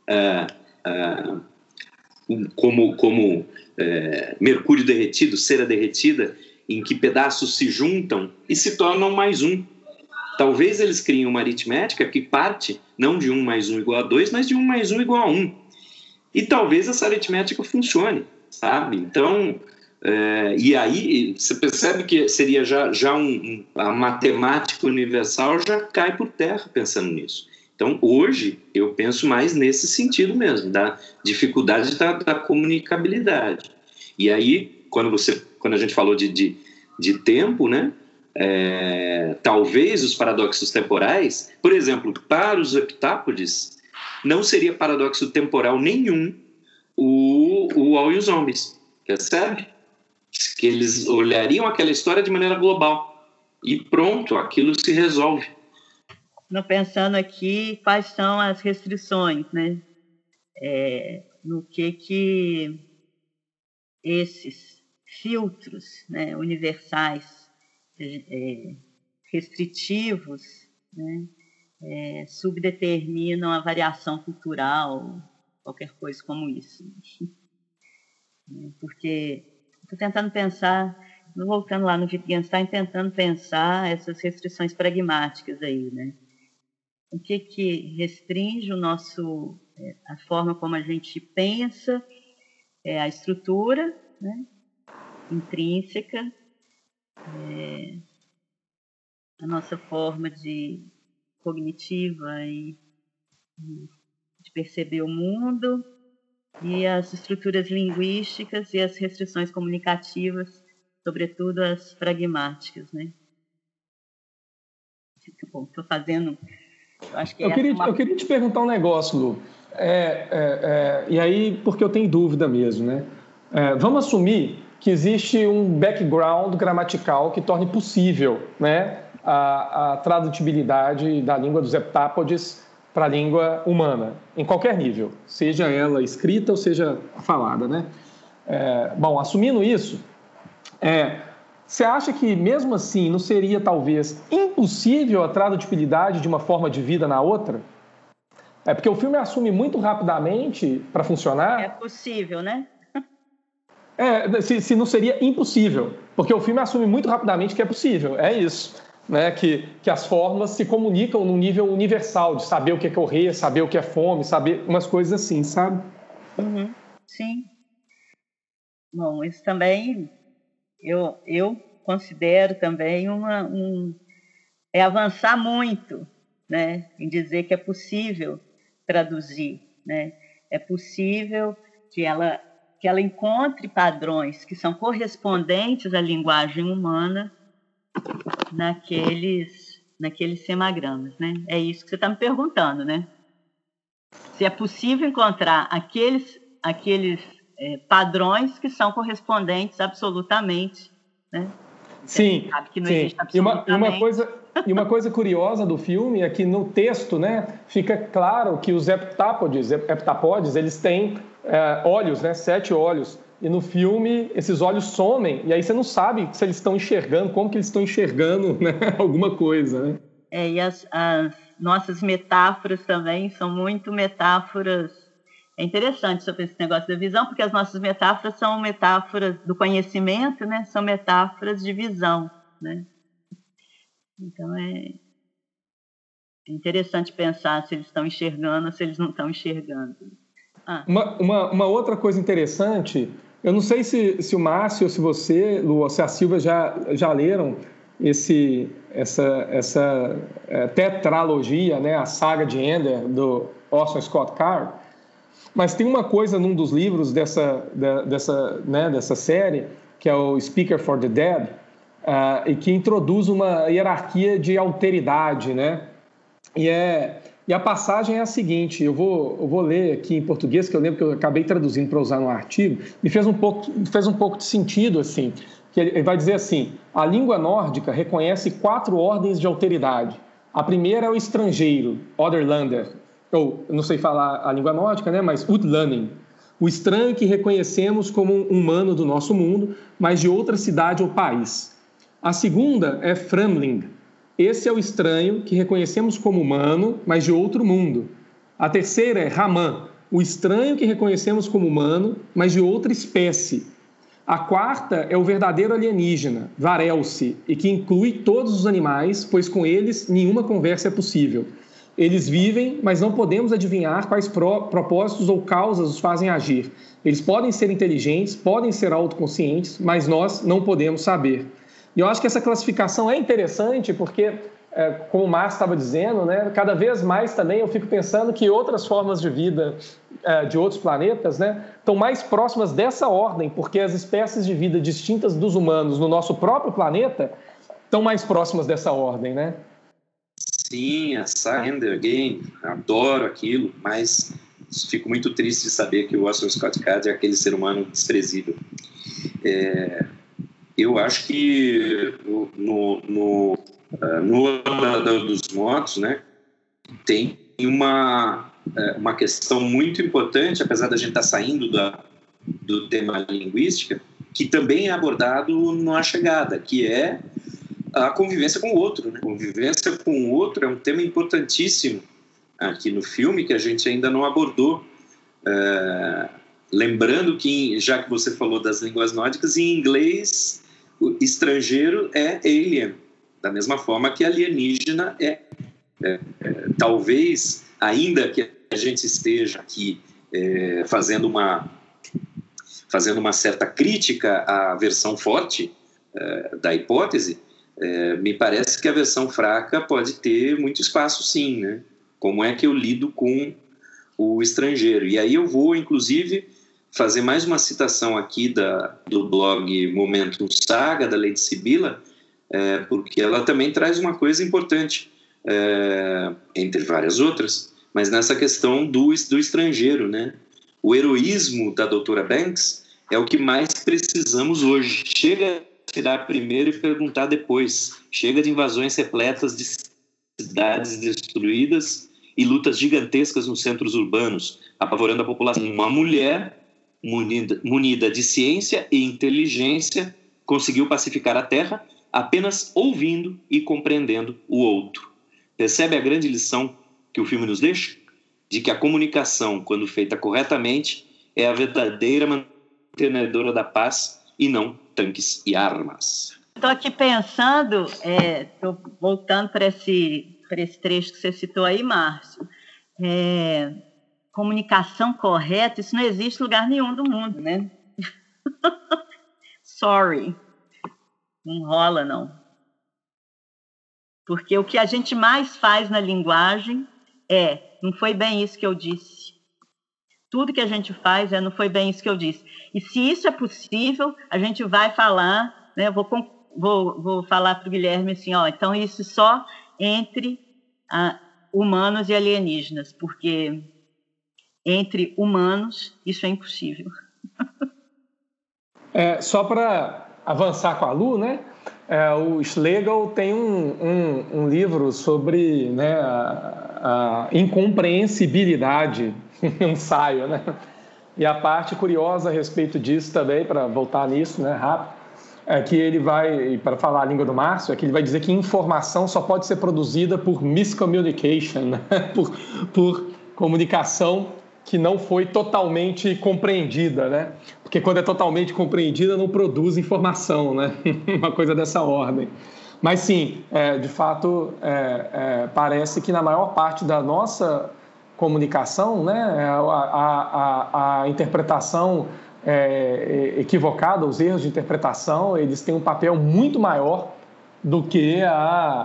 uh, uh, como, como uh, mercúrio derretido, cera derretida, em que pedaços se juntam e se tornam mais um. Talvez eles criem uma aritmética que parte não de um mais um igual a dois, mas de um mais um igual a um. E talvez essa aritmética funcione, sabe? Então, é, e aí você percebe que seria já, já um, um, a matemática universal já cai por terra pensando nisso. Então, hoje, eu penso mais nesse sentido mesmo, da dificuldade da, da comunicabilidade. E aí, quando, você, quando a gente falou de, de, de tempo, né? É, talvez os paradoxos temporais, por exemplo, para os heptápodes, não seria paradoxo temporal nenhum o, o All e os Zombies, percebe? Que eles olhariam aquela história de maneira global e pronto, aquilo se resolve. Não, pensando aqui quais são as restrições, né? É, no que que esses filtros, né, universais, É, restritivos, né, é, subdeterminam a variação cultural, qualquer coisa como isso. Porque estou tentando pensar, voltando lá no Wittgenstein, tentando pensar essas restrições pragmáticas aí, né? O que que restringe o nosso, a forma como a gente pensa, é a estrutura, né, intrínseca, é, a nossa forma de cognitiva e de perceber o mundo, e as estruturas linguísticas e as restrições comunicativas, sobretudo as pragmáticas, né? Bom, estou fazendo... Eu, acho que eu, queria, uma... eu queria te perguntar um negócio, Lu. É, é, é, e aí, porque eu tenho dúvida mesmo, né? É, vamos assumir que existe um background gramatical que torne possível, né, a, a tradutibilidade da língua dos heptápodes para a língua humana, em qualquer nível, seja ela escrita ou seja falada, né? É, bom, assumindo isso, é, você acha que mesmo assim não seria talvez impossível a tradutibilidade de uma forma de vida na outra? É porque o filme assume muito rapidamente para funcionar. É possível, né? É, se, se não seria impossível, porque o filme assume muito rapidamente que é possível, é isso, né? Que, que as formas se comunicam num nível universal, de saber o que é correr, saber o que é fome, saber umas coisas assim, sabe? Uhum, sim. Bom, isso também eu, eu considero também uma, um, é avançar muito, né? Em dizer que é possível traduzir, né? É possível que ela... que ela encontre padrões que são correspondentes à linguagem humana naqueles, naqueles semagramas, né? É isso que você está me perguntando, né? Se é possível encontrar aqueles, aqueles é, padrões que são correspondentes absolutamente, né? Sim, sabe que não sim. existe E uma, absolutamente. uma coisa, e uma coisa curiosa do filme é que no texto, né, fica claro que os heptápodes, heptapodes, eles têm é, olhos, né, sete olhos, e no filme esses olhos somem, e aí você não sabe se eles estão enxergando, como que eles estão enxergando, né, alguma coisa, né? É, e as, as nossas metáforas também são muito metáforas. É interessante sobre esse negócio da visão, porque as nossas metáforas são metáforas do conhecimento, né? São metáforas de visão, né? Então é interessante pensar se eles estão enxergando ou se eles não estão enxergando. Ah. Uma, uma, uma outra coisa interessante, eu não sei se, se o Márcio ou se você, Lu, ou se a Silvia já, já leram esse, essa, essa é, tetralogia, né? A saga de Ender, do Orson Scott Card. Mas tem uma coisa num dos livros dessa, dessa, né, dessa série, que é o Speaker for the Dead, uh, e que introduz uma hierarquia de alteridade, né? E, é, e a passagem é a seguinte, eu vou, eu vou ler aqui em português, que eu lembro que eu acabei traduzindo para usar no artigo, e fez um pouco, fez um pouco de sentido, assim, que ele vai dizer assim, a língua nórdica reconhece quatro ordens de alteridade. A primeira é o estrangeiro, Otherlander, ou, não sei falar a língua nórdica, né, mas Utlanning, o estranho que reconhecemos como um humano do nosso mundo, mas de outra cidade ou país. A segunda é Framling, esse é o estranho que reconhecemos como humano, mas de outro mundo. A terceira é Raman, o estranho que reconhecemos como humano, mas de outra espécie. A quarta é o verdadeiro alienígena, Varelse, e que inclui todos os animais, pois com eles nenhuma conversa é possível. Eles vivem, mas não podemos adivinhar quais propósitos ou causas os fazem agir. Eles podem ser inteligentes, podem ser autoconscientes, mas nós não podemos saber. E eu acho que essa classificação é interessante porque, é, como o Márcio estava dizendo, né, cada vez mais também eu fico pensando que outras formas de vida é, de outros planetas, né, estão mais próximas dessa ordem, porque as espécies de vida distintas dos humanos no nosso próprio planeta estão mais próximas dessa ordem, né? Sim, a Sarah Ender Game, adoro aquilo, mas fico muito triste de saber que o Orson Scott Card é aquele ser humano desprezível. É, eu acho que no, no, no, no Orador dos Mortos, né, tem uma, uma questão muito importante, apesar da gente estar saindo da, do tema linguística, que também é abordado na chegada, que é a convivência com o outro, né? Convivência com o outro é um tema importantíssimo aqui no filme que a gente ainda não abordou. É, lembrando que, já que você falou das línguas nórdicas, em inglês o estrangeiro é alien, da mesma forma que alienígena é. é, é talvez, ainda que a gente esteja aqui é, fazendo uma fazendo uma certa crítica à versão forte é, da hipótese, é, me parece que a versão fraca pode ter muito espaço, sim, né? Como é que eu lido com o estrangeiro? E aí eu vou, inclusive, fazer mais uma citação aqui da, do blog Momentum Saga, da Lady Sibila, é, porque ela também traz uma coisa importante, é, entre várias outras, mas nessa questão do, do estrangeiro, né? O heroísmo da doutora Banks é o que mais precisamos hoje. Chega a tirar primeiro e perguntar depois. Chega de invasões repletas de cidades destruídas e lutas gigantescas nos centros urbanos, apavorando a população. Uma mulher munida, munida de ciência e inteligência conseguiu pacificar a Terra apenas ouvindo e compreendendo o outro. Percebe a grande lição que o filme nos deixa? De que a comunicação, quando feita corretamente, é a verdadeira mantenedora da paz e não tanques e armas. Estou aqui pensando, estou é, voltando para esse, para esse trecho que você citou aí, Márcio. É, comunicação correta, isso não existe em lugar nenhum do mundo, né? Sorry. Não rola, não. Porque o que a gente mais faz na linguagem é, não foi bem isso que eu disse. Tudo que a gente faz é, não foi bem isso que eu disse. E se isso é possível, a gente vai falar, né, vou, vou, vou falar para o Guilherme assim, ó, então isso só entre ah, humanos e alienígenas, porque entre humanos isso é impossível. É, só para avançar com a Lu, né? É, o Schlegel tem um, um, um livro sobre, né, a, a incompreensibilidade, um ensaio, né? E a parte curiosa a respeito disso também, para voltar nisso, né, rápido, é que ele vai, para falar a língua do Márcio, é que ele vai dizer que informação só pode ser produzida por miscommunication, né? por, por comunicação que não foi totalmente compreendida, né? Porque quando é totalmente compreendida, não produz informação, né? Uma coisa dessa ordem. Mas sim, é, de fato, é, é, parece que na maior parte da nossa comunicação, né, a, a, a, a interpretação é, equivocada, os erros de interpretação, eles têm um papel muito maior do que a,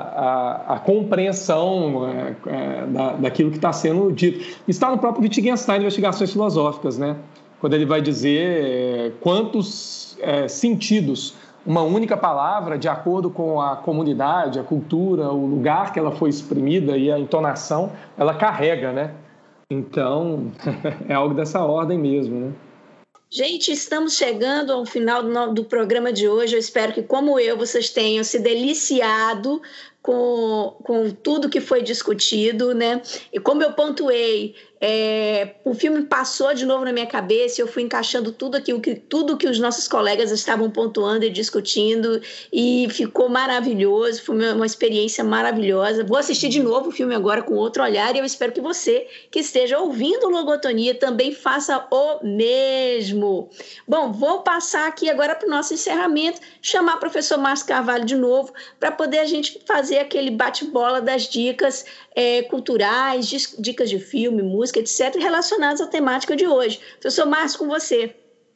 a, a compreensão é, é, da, daquilo que está sendo dito. Está no próprio Wittgenstein, Investigações Filosóficas, né? Quando ele vai dizer é, quantos é, sentidos uma única palavra, de acordo com a comunidade, a cultura, o lugar que ela foi exprimida e a entonação, ela carrega, né? Então, é algo dessa ordem mesmo, né? Gente, estamos chegando ao final do, do programa de hoje. Eu espero que, como eu, vocês tenham se deliciado com, com tudo que foi discutido, né? E como eu pontuei, é, o filme passou de novo na minha cabeça e eu fui encaixando tudo aquilo que, tudo que os nossos colegas estavam pontuando e discutindo e ficou maravilhoso, foi uma, uma experiência maravilhosa. Vou assistir de novo o filme agora com outro olhar e eu espero que você, que esteja ouvindo Logotonia, também faça o mesmo. Bom, vou passar aqui agora para o nosso encerramento, chamar o professor Márcio Carvalho de novo para poder a gente fazer aquele bate-bola das dicas é, culturais, dicas de filme, música, etcétera, relacionadas à temática de hoje. Professor Márcio, com você.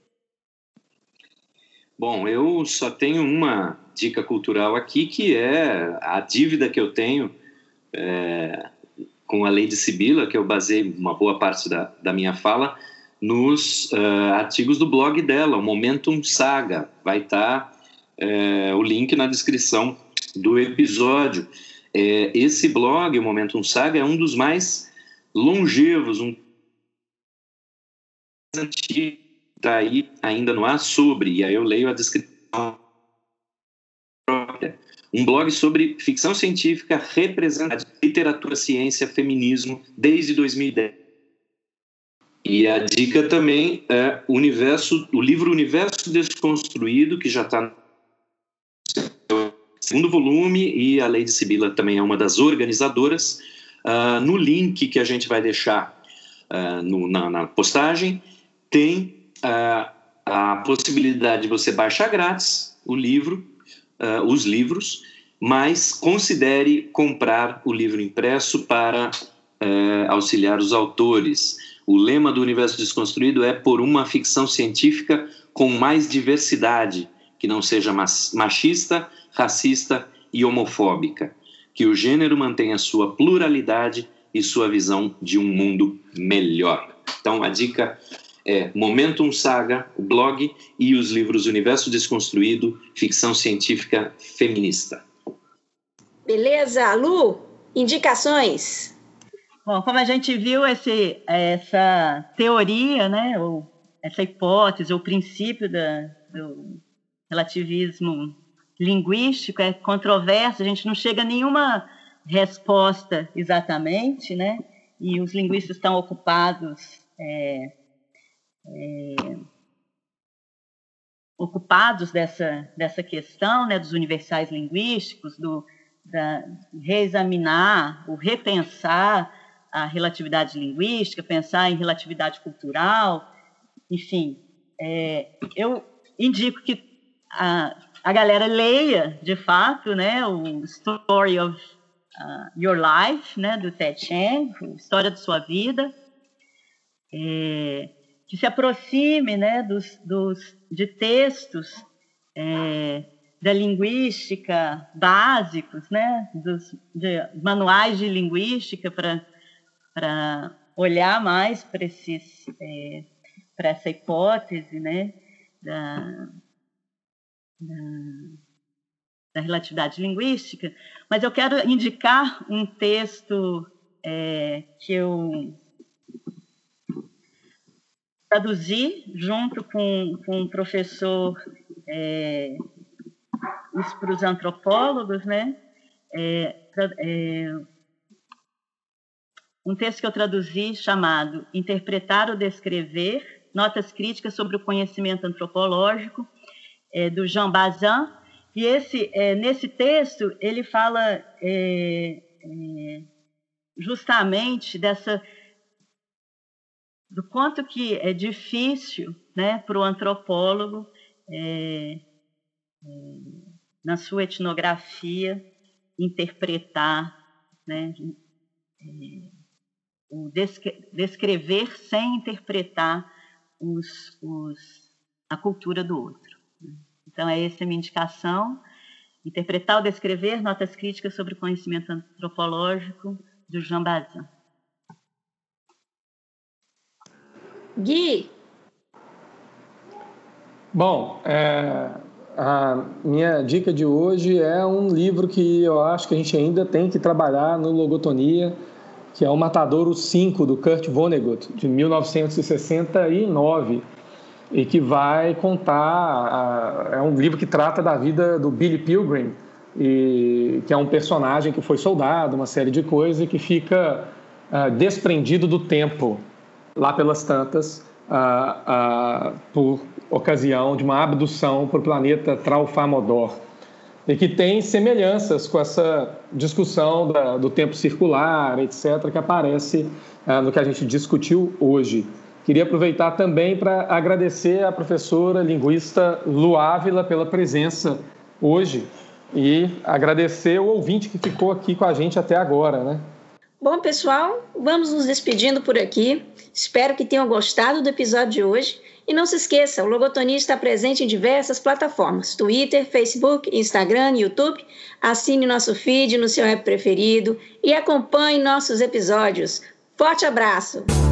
Bom, eu só tenho uma dica cultural aqui, que é a dívida que eu tenho é, com a Lady Sibila, que eu basei uma boa parte da, da minha fala nos uh, artigos do blog dela, o Momentum Saga. Vai estar é, o link na descrição do episódio. É, esse blog, o Momentum Saga, é um dos mais longevos, um antigo, está aí ainda no ar sobre, e aí eu leio a descrição própria, um blog sobre ficção científica, representativa, literatura, ciência, feminismo, desde dois mil e dez. E a dica também é o, universo, o livro Universo Desconstruído, que já está segundo volume, e a Lady Sibila também é uma das organizadoras. Uh, no link que a gente vai deixar uh, no, na, na postagem, tem uh, a possibilidade de você baixar grátis o livro, uh, os livros, mas considere comprar o livro impresso para uh, auxiliar os autores. O lema do Universo Desconstruído é por uma ficção científica com mais diversidade, que não seja machista, racista e homofóbica. Que o gênero mantenha sua pluralidade e sua visão de um mundo melhor. Então, a dica é Momentum Saga, o blog, e os livros Universo Desconstruído, ficção científica feminista. Beleza, Lu? Indicações? Bom, como a gente viu esse, essa teoria, né, ou essa hipótese, o princípio da, do relativismo linguístico é controverso, a gente não chega a nenhuma resposta exatamente, né? E os linguistas estão ocupados é, é, ocupados dessa, dessa questão, né, dos universais linguísticos, do da, reexaminar, ou repensar a relatividade linguística, pensar em relatividade cultural, enfim. É, eu indico que a, a galera leia, de fato, né, o Story of uh, Your Life, né, do Ted Chiang, História de Sua Vida, é, que se aproxime, né, dos, dos, de textos é, da linguística básicos, né, dos de manuais de linguística para para olhar mais para esses é, para essa hipótese, né, da, da, da relatividade linguística. Mas eu quero indicar um texto é, que eu traduzi junto com, com um professor, é, isso para os antropólogos, né? É, é, um texto que eu traduzi chamado Interpretar ou Descrever, Notas Críticas sobre o Conhecimento Antropológico, é, do Jean Bazin. E esse, é, nesse texto ele fala é, é, justamente dessa, do quanto que é difícil, né, para o antropólogo, é, é, na sua etnografia, interpretar, né, é, o descrever sem interpretar os, os, a cultura do outro. Então, é essa a minha indicação. Interpretar ou descrever, notas críticas sobre o conhecimento antropológico, do Jean Bazin. Gui? Bom, é, a minha dica de hoje é um livro que eu acho que a gente ainda tem que trabalhar no Logotonia, que é O Matadouro cinco, do Kurt Vonnegut, de mil novecentos e sessenta e nove, e que vai contar, é um livro que trata da vida do Billy Pilgrim, e, que é um personagem que foi soldado, uma série de coisas, e que fica uh, desprendido do tempo, lá pelas tantas, uh, uh, por ocasião de uma abdução para o planeta Tralfamador, e que tem semelhanças com essa discussão da, do tempo circular, etcétera, que aparece uh, no que a gente discutiu hoje. Queria aproveitar também para agradecer à professora linguista Lu Ávila pela presença hoje e agradecer o ouvinte que ficou aqui com a gente até agora, né? Bom, pessoal, vamos nos despedindo por aqui. Espero que tenham gostado do episódio de hoje. E não se esqueça, o Logotonia está presente em diversas plataformas: Twitter, Facebook, Instagram, YouTube. Assine nosso feed no seu app preferido e acompanhe nossos episódios. Forte abraço!